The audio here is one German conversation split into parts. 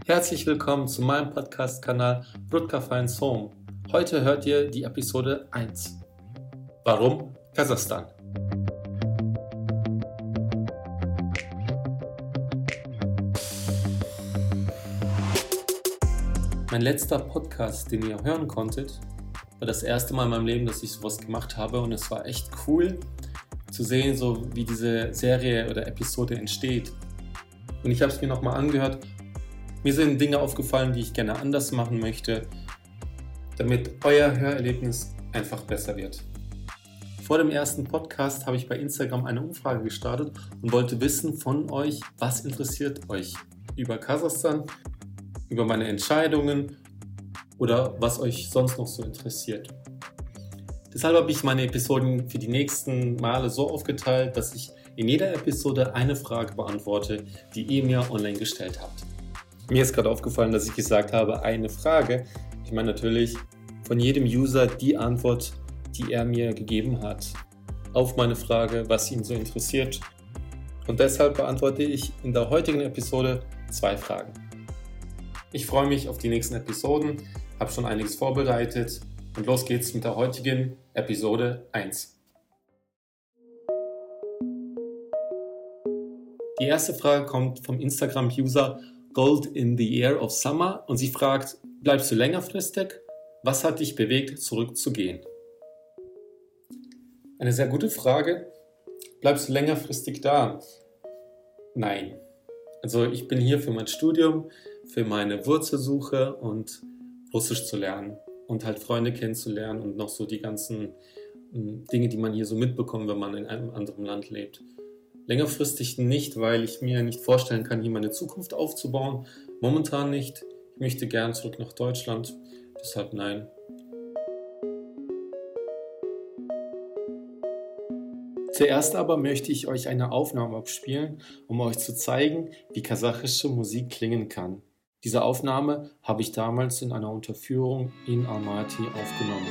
Herzlich willkommen zu meinem Podcast-Kanal Rutka Finds Home. Heute hört ihr die Episode 1. Warum Kasachstan? Mein letzter Podcast, den ihr hören konntet, war das erste Mal in meinem Leben, dass ich sowas gemacht habe, und es war echt cool zu sehen, so wie diese Serie oder Episode entsteht. Und ich habe es mir nochmal angehört. Mir sind Dinge aufgefallen, die ich gerne anders machen möchte, damit euer Hörerlebnis einfach besser wird. Vor dem ersten Podcast habe ich bei Instagram eine Umfrage gestartet und wollte wissen von euch, was interessiert euch über Kasachstan, über meine Entscheidungen oder was euch sonst noch so interessiert. Deshalb habe ich meine Episoden für die nächsten Male so aufgeteilt, dass ich in jeder Episode eine Frage beantworte, die ihr mir online gestellt habt. Mir ist gerade aufgefallen, dass ich gesagt habe, eine Frage. Ich meine natürlich von jedem User die Antwort, die er mir gegeben hat, auf meine Frage, was ihn so interessiert. Und deshalb beantworte ich in der heutigen Episode 2 Fragen. Ich freue mich auf die nächsten Episoden, habe schon einiges vorbereitet und los geht's mit der heutigen Episode 1. Die erste Frage kommt vom Instagram-User Gold in the Air of Summer und sie fragt, bleibst du längerfristig? Was hat dich bewegt, zurückzugehen? Eine sehr gute Frage. Bleibst du längerfristig da? Nein. Also ich bin hier für mein Studium, für meine Wurzelsuche und Russisch zu lernen und halt Freunde kennenzulernen und noch so die ganzen Dinge, die man hier so mitbekommt, wenn man in einem anderen Land lebt. Längerfristig nicht, weil ich mir nicht vorstellen kann, hier meine Zukunft aufzubauen. Momentan nicht. Ich möchte gern zurück nach Deutschland. Deshalb nein. Zuerst aber möchte ich euch eine Aufnahme abspielen, um euch zu zeigen, wie kasachische Musik klingen kann. Diese Aufnahme habe ich damals in einer Unterführung in Almaty aufgenommen.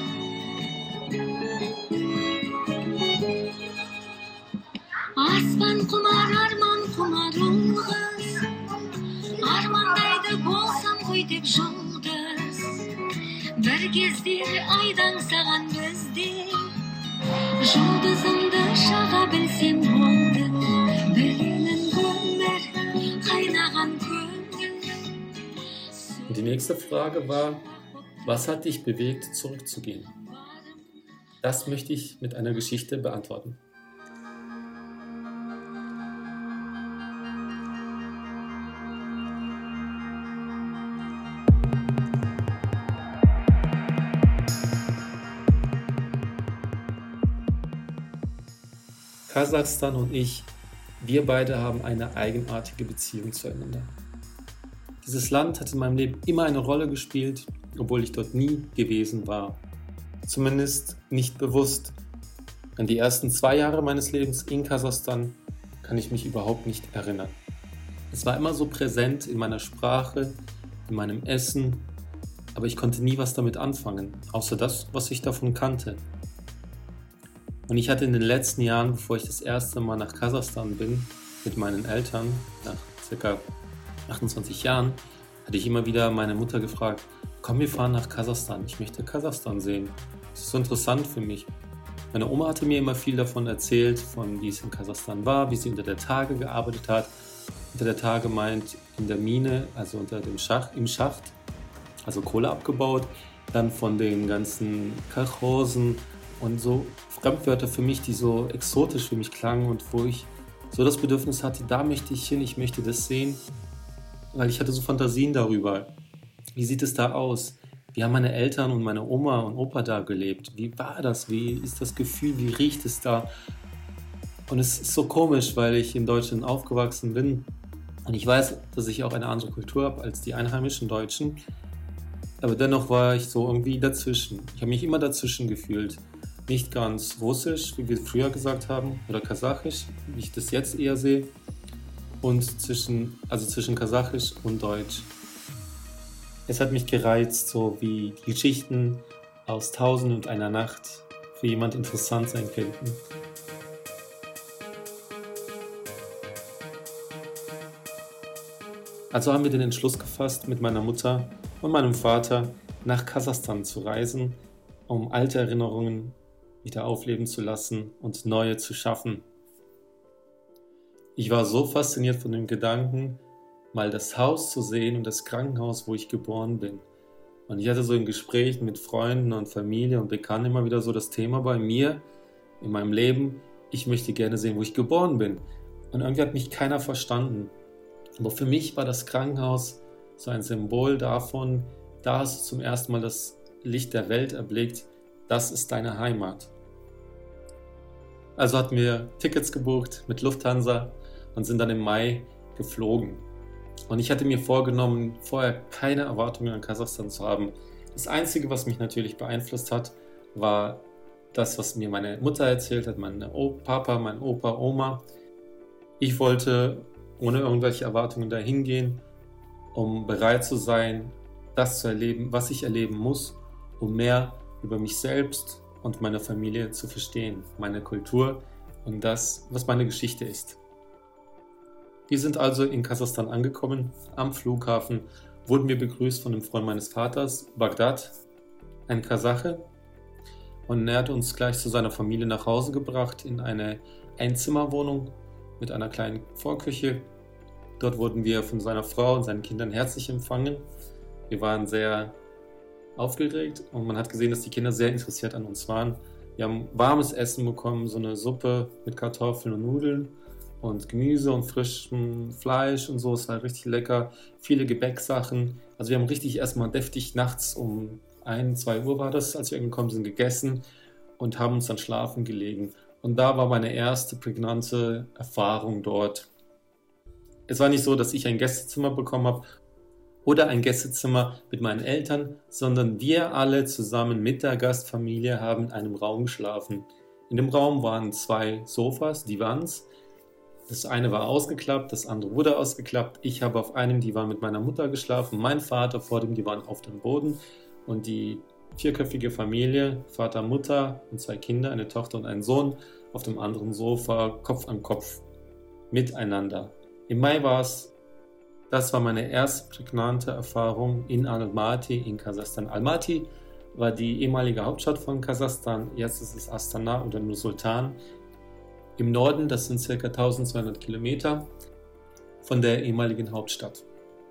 Asman kumar arman kumar olmaz Armandaydı bolsam koy dep жолдас Bir кездер aydan саған бізде Жұлдызымды шаға білсем болды Бірінің өмір қайнаған көңіл. Und die nächste Frage war, was hat dich bewegt, zurückzugehen? Das möchte ich mit einer Geschichte beantworten. Kasachstan und ich, wir beide haben eine eigenartige Beziehung zueinander. Dieses Land hat in meinem Leben immer eine Rolle gespielt, obwohl ich dort nie gewesen war. Zumindest nicht bewusst. An die ersten 2 Jahre meines Lebens in Kasachstan kann ich mich überhaupt nicht erinnern. Es war immer so präsent in meiner Sprache, in meinem Essen, aber ich konnte nie was damit anfangen, außer das, was ich davon kannte. Und ich hatte in den letzten Jahren, bevor ich das erste Mal nach Kasachstan bin, mit meinen Eltern, nach ca. 28 Jahren, hatte ich immer wieder meine Mutter gefragt, komm, wir fahren nach Kasachstan, ich möchte Kasachstan sehen. Das ist so interessant für mich. Meine Oma hatte mir immer viel davon erzählt, von wie es in Kasachstan war, wie sie unter der Tage gearbeitet hat. Unter der Tage meint in der Mine, also unter dem im Schacht, also Kohle abgebaut, dann von den ganzen Kolchosen und so Fremdwörter für mich, die so exotisch für mich klangen und wo ich so das Bedürfnis hatte, da möchte ich hin, ich möchte das sehen, weil ich hatte so Fantasien darüber. Wie sieht es da aus? Wie haben meine Eltern und meine Oma und Opa da gelebt? Wie war das? Wie ist das Gefühl? Wie riecht es da? Und es ist so komisch, weil ich in Deutschland aufgewachsen bin und ich weiß, dass ich auch eine andere Kultur habe als die einheimischen Deutschen, aber dennoch war ich so irgendwie dazwischen. Ich habe mich immer dazwischen gefühlt. Nicht ganz russisch, wie wir früher gesagt haben, oder kasachisch, wie ich das jetzt eher sehe, und zwischen kasachisch und deutsch. Es hat mich gereizt, so wie die Geschichten aus 1001 Nacht für jemand interessant sein könnten. Also haben wir den Entschluss gefasst, mit meiner Mutter und meinem Vater nach Kasachstan zu reisen, um alte Erinnerungen wieder aufleben zu lassen und neue zu schaffen. Ich war so fasziniert von dem Gedanken, mal das Haus zu sehen und das Krankenhaus, wo ich geboren bin. Und ich hatte so in Gesprächen mit Freunden und Familie und Bekannten immer wieder so das Thema bei mir, in meinem Leben, ich möchte gerne sehen, wo ich geboren bin. Und irgendwie hat mich keiner verstanden. Aber für mich war das Krankenhaus so ein Symbol davon, da hast du zum ersten Mal das Licht der Welt erblickt, das ist deine Heimat. Also hatten wir Tickets gebucht mit Lufthansa und sind dann im Mai geflogen. Und ich hatte mir vorgenommen, vorher keine Erwartungen an Kasachstan zu haben. Das Einzige, was mich natürlich beeinflusst hat, war das, was mir meine Mutter erzählt hat, mein Papa, mein Opa, Oma. Ich wollte ohne irgendwelche Erwartungen dahin gehen, um bereit zu sein, das zu erleben, was ich erleben muss, um mehr über mich selbst und meine Familie zu verstehen, meine Kultur und das, was meine Geschichte ist. Wir sind also in Kasachstan angekommen. Am Flughafen wurden wir begrüßt von einem Freund meines Vaters, Bagdad, ein Kasache. Und er hat uns gleich zu seiner Familie nach Hause gebracht in eine Einzimmerwohnung mit einer kleinen Vorküche. Dort wurden wir von seiner Frau und seinen Kindern herzlich empfangen. Wir waren sehr aufgeregt und man hat gesehen, dass die Kinder sehr interessiert an uns waren. Wir haben warmes Essen bekommen, so eine Suppe mit Kartoffeln und Nudeln und Gemüse und frischem Fleisch und so. Es war richtig lecker. Viele Gebäcksachen. Also wir haben richtig erstmal deftig nachts um 1, 2 Uhr war das, als wir angekommen sind, gegessen und haben uns dann schlafen gelegen. Und da war meine erste prägnante Erfahrung dort. Es war nicht so, dass ich ein Gästezimmer bekommen habe oder ein Gästezimmer mit meinen Eltern, sondern wir alle zusammen mit der Gastfamilie haben in einem Raum geschlafen. In dem Raum waren 2 Sofas, Divans. Das eine war ausgeklappt, das andere wurde ausgeklappt. Ich habe auf einem Divan mit meiner Mutter geschlafen, mein Vater vor dem Divan auf dem Boden und die 4-köpfige Familie, Vater, Mutter und 2 Kinder, eine Tochter und einen Sohn, auf dem anderen Sofa, Kopf an Kopf, miteinander. Im Mai das war meine erste prägnante Erfahrung in Almaty in Kasachstan. Almaty war die ehemalige Hauptstadt von Kasachstan, jetzt ist es Astana oder Nur-Sultan. Im Norden, das sind ca. 1200 Kilometer von der ehemaligen Hauptstadt.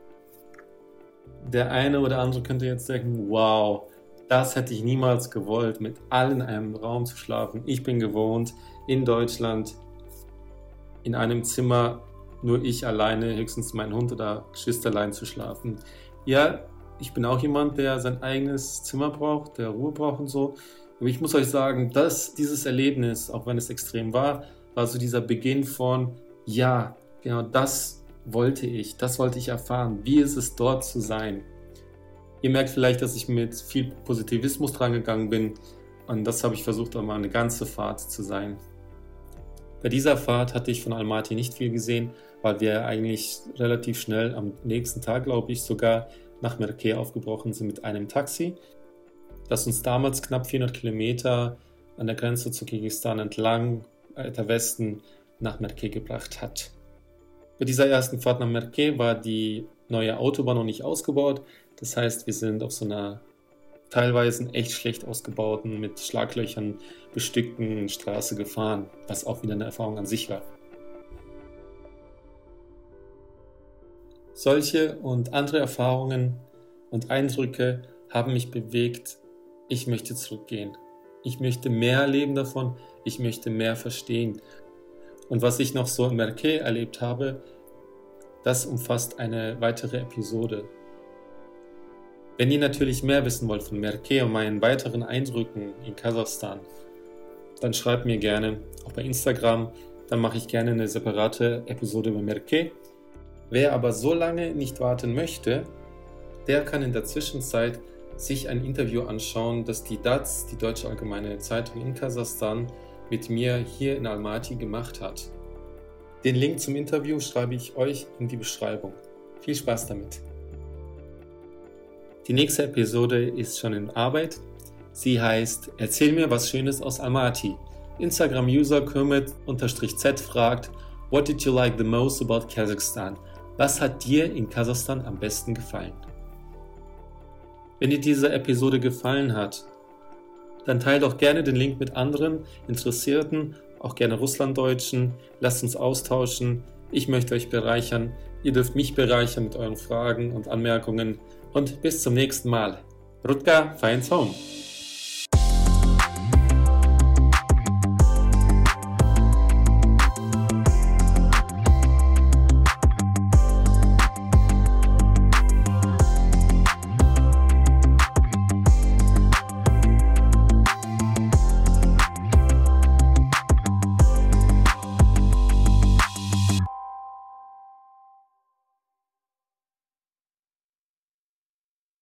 Der eine oder andere könnte jetzt denken, wow, das hätte ich niemals gewollt, mit allen in einem Raum zu schlafen. Ich bin gewohnt, in Deutschland, in einem Zimmer, nur ich alleine, höchstens mein Hund oder Geschwisterlein zu schlafen. Ja, ich bin auch jemand, der sein eigenes Zimmer braucht, der Ruhe braucht und so. Aber ich muss euch sagen, dass dieses Erlebnis, auch wenn es extrem war so dieser Beginn von, ja, genau das wollte ich erfahren. Wie ist es dort zu sein? Ihr merkt vielleicht, dass ich mit viel Positivismus dran gegangen bin und das habe ich versucht, auch mal eine ganze Fahrt zu sein. Bei dieser Fahrt hatte ich von Almaty nicht viel gesehen, weil wir eigentlich relativ schnell am nächsten Tag, glaube ich, sogar nach Merke aufgebrochen sind mit einem Taxi, das uns damals knapp 400 Kilometer an der Grenze zu Kirgisistan entlang, weiter Westen, nach Merke gebracht hat. Bei dieser ersten Fahrt nach Merke war die neue Autobahn noch nicht ausgebaut. Das heißt, wir sind auf so einer teilweise echt schlecht ausgebauten, mit Schlaglöchern bestückten Straße gefahren, was auch wieder eine Erfahrung an sich war. Solche und andere Erfahrungen und Eindrücke haben mich bewegt, ich möchte zurückgehen. Ich möchte mehr erleben davon, ich möchte mehr verstehen. Und was ich noch so in Merke erlebt habe, das umfasst eine weitere Episode. Wenn ihr natürlich mehr wissen wollt von Merke und meinen weiteren Eindrücken in Kasachstan, dann schreibt mir gerne, auch bei Instagram, dann mache ich gerne eine separate Episode über Merke. Wer aber so lange nicht warten möchte, der kann in der Zwischenzeit sich ein Interview anschauen, das die DAZ, die Deutsche Allgemeine Zeitung in Kasachstan, mit mir hier in Almaty gemacht hat. Den Link zum Interview schreibe ich euch in die Beschreibung. Viel Spaß damit! Die nächste Episode ist schon in Arbeit. Sie heißt Erzähl mir was Schönes aus Almaty. Instagram-User Kermit_Z fragt, What did you like the most about Kazakhstan? Was hat dir in Kasachstan am besten gefallen? Wenn dir diese Episode gefallen hat, dann teile doch gerne den Link mit anderen Interessierten, auch gerne Russlanddeutschen. Lasst uns austauschen. Ich möchte euch bereichern. Ihr dürft mich bereichern mit euren Fragen und Anmerkungen. Und bis zum nächsten Mal. Rutka finds home.